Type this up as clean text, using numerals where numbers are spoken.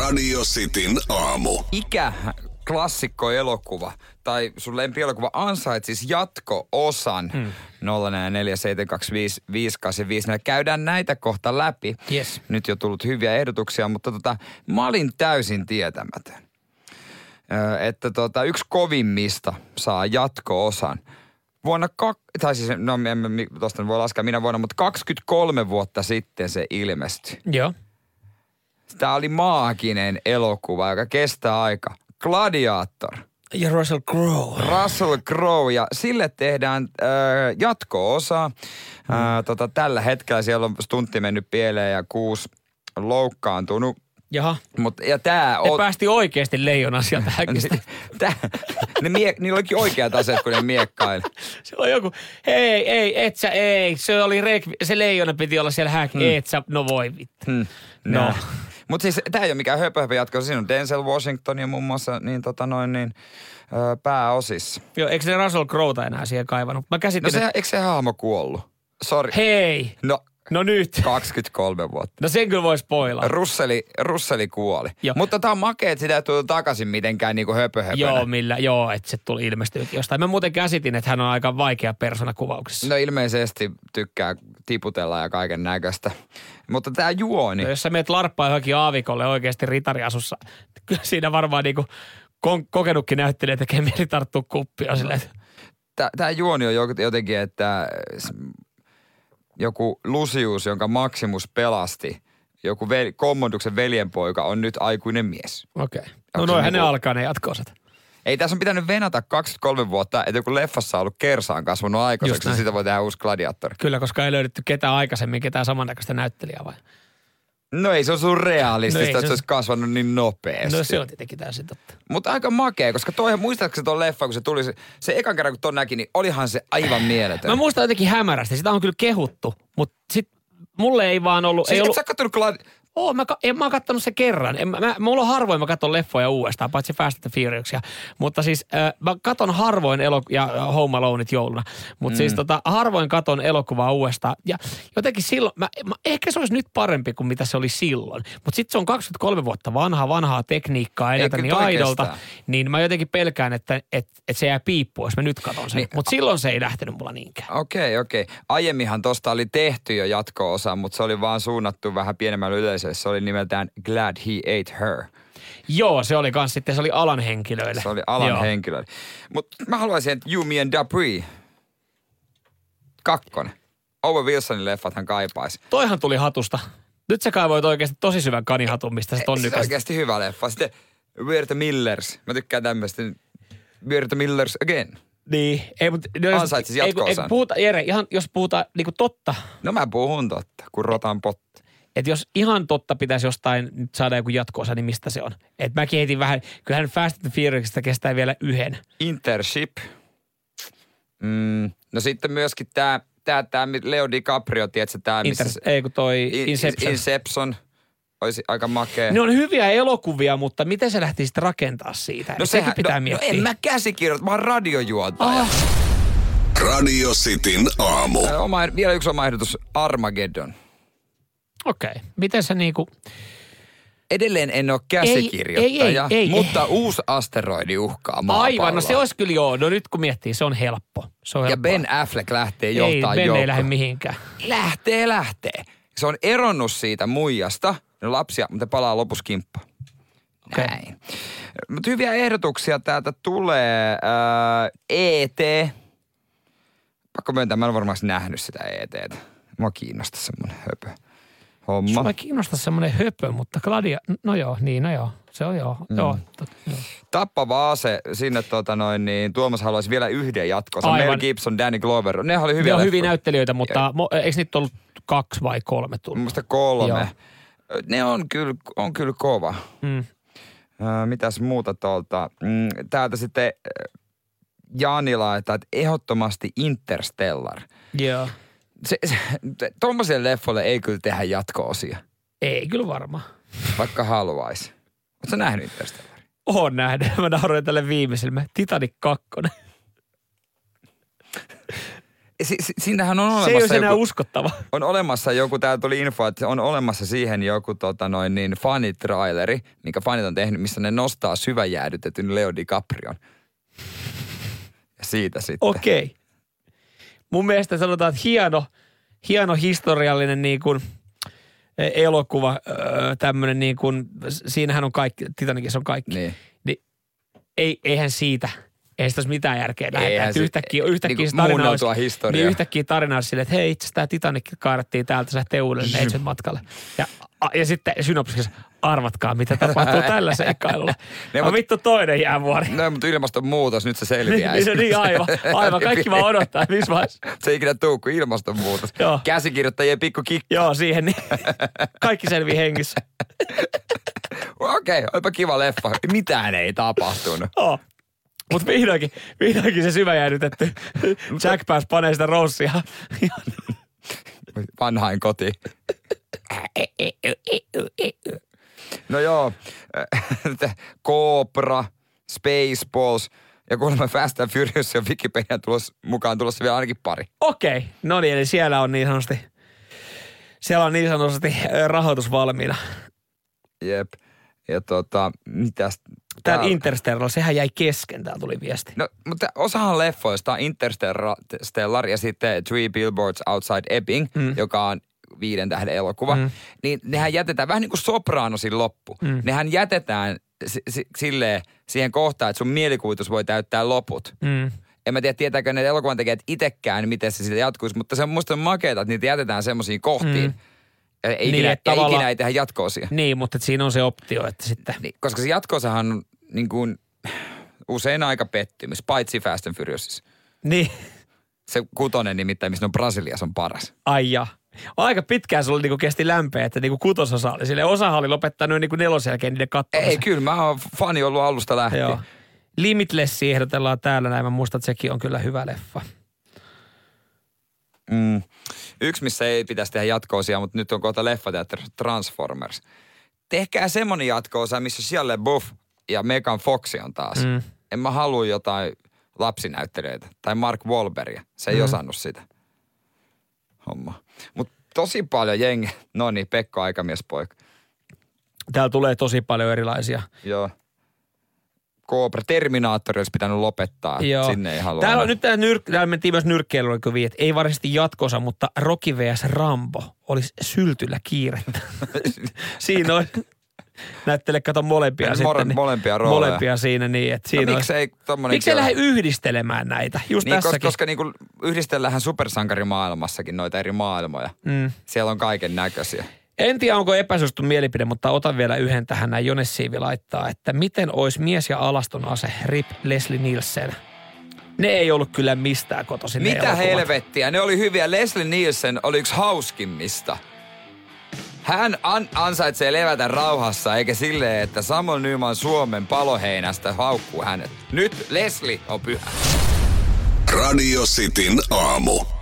Radio Cityn aamu. Ikä klassikkoelokuva tai sun lempielokuva ansaitsisi jatko-osan 047255854. Käydään näitä kohta läpi. Yes. Nyt jo tullut hyviä ehdotuksia, mutta mä olin täysin tietämätön. Että yksi kovimmista saa jatko-osan. Tuosta voi laskea minä vuonna, mutta 23 vuotta sitten se ilmestyi. Joo. Tämä oli maaginen elokuva, joka kestää aika. Gladiator. Ja Russell Crowe. Russell Crowe, ja sille tehdään jatko-osa. Tällä hetkellä siellä on stuntti mennyt pieleen ja 6 loukkaantunut. Jaha. Ja tää on... Ne päästi oikeasti leijonan sieltä häkistä. Niillä olikin oikeat aseet, kun ne miekkaili. Se on joku, se leijona piti olla siellä no voi vittu. No. Mutta siis tää ei ole mikään höpö jatko. Siinä on Denzel Washington ja muun muassa pääosissa. Joo, eikö ne Russell Croweta enää siihen kaivannut? Mä käsitin, eikö se hahmo kuollut? Sori. Hei! No nyt. 23 vuotta. No sen kyllä voi spoilaa. Russeli kuoli. Joo. Mutta tää on makea, että sitä ei tullut takaisin mitenkään niinku höpöhöpönä. Joo, että se tuli ilmestyykin jostain. Mä muuten käsitin, että hän on aika vaikea persona kuvauksessa. No ilmeisesti tykkää tiputella ja kaiken näköistä. Mutta tää juoni. No, jos sä meet larppaa johonkin aavikolle oikeasti ritariasussa, kyllä siinä varmaan niinku kokenutkin näyttelijä tekee mieli tarttua kuppia silleen. Tää juoni on jotenkin, että joku Lucius, jonka Maximus pelasti, joku Commoduksen veljenpoika on nyt aikuinen mies. Okei. No noinhan ne alkaa ne jatko-osat. Ei tässä on pitänyt venata 23 vuotta, että joku leffassa on ollut kersaan kasvanut aikaiseksi, ja sitä voi tehdä uusi Gladiator. Kyllä, koska ei löydetty ketään aikaisemmin, ketään samannäköistä näyttelijää vai? No ei se ole sun realistista, että se olisi kasvanut niin nopeasti. No se on tietenkin täysin totta. Mutta aika makea, koska muistatko se tuon leffa, kun se tuli, se ekan kerran kun ton näki, niin olihan se aivan mieletön. Mä muistan jotenkin hämärästi, sitä on kyllä kehuttu, mutta sit mulle ei vaan ollut... Siis ei et sä kattonut mä oon kattonut se kerran. Mulla on harvoin, mä katson leffoja uudestaan, paitsi Fast and Furiousia. Mutta siis mä katon harvoin ja Home Aloneit jouluna. Mutta siis harvoin katon elokuvaa uudestaan. Ja jotenkin silloin, ehkä se olisi nyt parempi kuin mitä se oli silloin. Mutta sitten se on 23 vuotta vanhaa tekniikkaa edeltä niin aidolta. Niin mä jotenkin pelkään, että se jää piippuun, jos mä nyt katon sen. Niin, mutta silloin se ei lähtenyt mulla niinkään. Okei. Aiemminhan tosta oli tehty jo jatko-osa, mutta se oli vaan suunnattu vähän pienemmälle yleisölle. Se oli nimeltään Glad He Ate Her. Joo, se oli kans sitten, se oli alan henkilöille. Se oli alan henkilöille. Mutta mä haluaisin, että You, Me and Dupree 2. Owen Wilsonin leffat hän kaipaisi. Toihan tuli hatusta. Nyt sä kaivoit oikeasti tosi syvän kanihatun, mistä se ton nykästä. Se oikeasti hyvä leffa. Sitten We're the Millers. Mä tykkään tämmöistä. We're the Millers again. Niin. Ansaitsis jatko-osan. Jere, ihan jos puhutaan niinku totta. No mä puhun totta, kun rotan potti. Että jos ihan totta pitäisi jostain nyt saada joku jatko-osa, niin mistä se on? Että mäkin heitin vähän, kyllähän Fast and Furiousista kestää vielä yhden. Intership. No sitten myöskin tää Leo DiCaprio, tiedätkö tää missä... Inception. Olisi aika makea. Ne on hyviä elokuvia, mutta miten sä lähtisit rakentaa siitä? No sekin pitää miettiä. No en mä käsikirjoita, mä oon radiojuontaja. Radio Cityn aamu. Vielä yksi oma ehdotus, Armageddon. Okei. Miten sä niinku... Edelleen en ole käsikirjoittaja, mutta uusi asteroidi uhkaa maapalloa. Aivan, no se olisi kyllä joo. No nyt kun miettii, se on helppo. Ja Ben Affleck lähtee johtaa joukkoa. Ben ei lähde mihinkään. Lähtee. Se on eronnut siitä muijasta. Ne lapsia, mutta palaa lopussa kimppaan. Okay. Näin. Mutta hyviä ehdotuksia täältä tulee. E.T. Pakko myöntää, mä en ole varmaan nähnyt sitä E.T.tä. Mua kiinnostaa semmoinen höpö homma. Sua kiinnostaa semmoinen höpö, mutta se on joo. Tappava ase. Sinne Tuomas haluaisi vielä yhden jatkoa. Mel Gibson, Danny Glover. Ne oli hyviä. Ne on hyviä näyttelijöitä, mutta eikö niitä ollut 2 vai 3 tullut? Mielestäni 3. Joo. Ne on kyllä kova. Mitäs muuta tuolta? Täältä sitten Janila, että ehdottomasti Interstellar. Joo. Tuommoiselle leffolle ei kyllä tehdä jatko-osia. Ei kyllä varmaan. Vaikka haluaisi. Oletko sä nähnyt Interstellarin? Oon nähnyt. Mä nauroin tälle viimeiselle. Titanic 2. siinähän on olemassa se ei ole enää uskottava. On olemassa joku, täällä tuli info, että on olemassa siihen joku fanitraileri, minkä fanit on tehnyt, missä ne nostaa syväjäädytetyn Leo DiCaprion. Ja siitä sitten. Okei. Mun mielestä sanotaan, että hieno historiallinen niin kuin elokuva, tämmöinen niin kuin, siinähän on kaikki, Titanicissa on kaikki. Niin eihän siitä. Ei sitä olisi mitään järkeä lähettää. Yhtäkkiä tarina olisi silleen, että hei, itse asiassa tämä Titanic kaarattiin täältä, se lähtee uudelleen neitsyt matkalle. Ja sitten synopsissa, arvatkaa, mitä tapahtuu tällä seikkailulla. Vittu toinen jäävuori. No, mutta ilmastonmuutos, nyt se selviää. niin aivan. Kaikki vaan odottaa, missä vaiheessa. Se ei ikinä tuu, kun ilmastonmuutos. Käsikirjoittajien pikku kikka. Joo, siihen niin. Kaikki selvii hengissä. Okei, olipa kiva leffa. Mitään ei tapahtunut. Mutta vihdoinkin se syväjäädytetty Jack pääsi panee sitä Rossia. Vanhain koti. No joo, Cobra, Spaceballs ja kuulemma Fast and Furious ja Wikipedian mukaan tulossa vielä ainakin pari. Okei, no niin, eli siellä on niin sanotusti rahoitus valmiina. Jep, ja mitäs... Täällä Interstellar, sehän jäi kesken, täällä tuli viesti. No, mutta osahan leffoista, Interstellar ja sitten Three Billboards Outside Ebbing, joka on 5 tähden elokuva, niin nehän jätetään vähän niin kuin Sopranosin loppu. Nehän jätetään silleen siihen kohtaan, että sun mielikuvitus voi täyttää loput. En mä tiedä, tietääkö ne elokuvan tekijät itsekään, miten se siitä jatkuisi, mutta se on musta makeeta, että niitä jätetään semmoisiin kohtiin. Ikinä ei tehdä jatko-osia. Niin, mutta siinä on se optio, että sitten... Niin, koska se jatko-osahan on niin kuin usein aika pettymys, paitsi Fast and Furiousissa. Niin. Se 6 nimittäin, missä on Brasiliassa on paras. Ai ja. Aika pitkään sulla niinku kesti lämpeä, että niinku 6 oli. Silleen osahan oli lopettanut niinku 4 jälkeen niiden kattomisen. Ei, kyllä mä oon fani ollut alusta lähtien. Joo. Limitlessia ehdotellaan täällä näin. Mä muistan, että sekin on kyllä hyvä leffa. Yksi, missä ei pitäisi tehdä jatko-osia, mutta nyt on kohta leffateatteri Transformers. Tehkää semmonen jatko-osa, missä Shia LaBeouf ja Megan Fox on taas. En mä halua jotain lapsinäyttelijöitä tai Mark Wahlbergia. Se ei osannut sitä hommaa. Mutta tosi paljon jengi. No niin, Pekko aikamiespoika. Täällä tulee tosi paljon erilaisia. Joo. Cobra, Terminaattori olisi pitänyt lopettaa. Joo. Sinne ei halua. Täällä mentiin myös nyrkkeilyllä, että ei varsinaisesti jatkosa, mutta Rocky vs. Rambo olisi syltyllä kiirettä. Siinä on. Näyttele, kato molempia sitten. Molempia rooleja. Molempia siinä niin, että siinä miksi ei lähde yhdistelemään näitä? Just niin, tässäkin. Koska niinku yhdistellään supersankarimaailmassakin noita eri maailmoja. Siellä on kaiken näköisiä. En tiedä, onko epäsuosittu mielipide, mutta otan vielä yhden tähän. Näin Jone Siivi laittaa, että miten olisi mies ja alaston ase, RIP Leslie Nielsen. Ne ei ollut kyllä mistään kotoisin. Mitä helvettiä, ne oli hyviä. Leslie Nielsen oli yksi hauskimmista. Hän ansaitsee levätä rauhassa, eikä silleen, että Samuel Nyman Suomen paloheinästä haukkuu hänet. Nyt Leslie on pyhä. Radio Cityn aamu.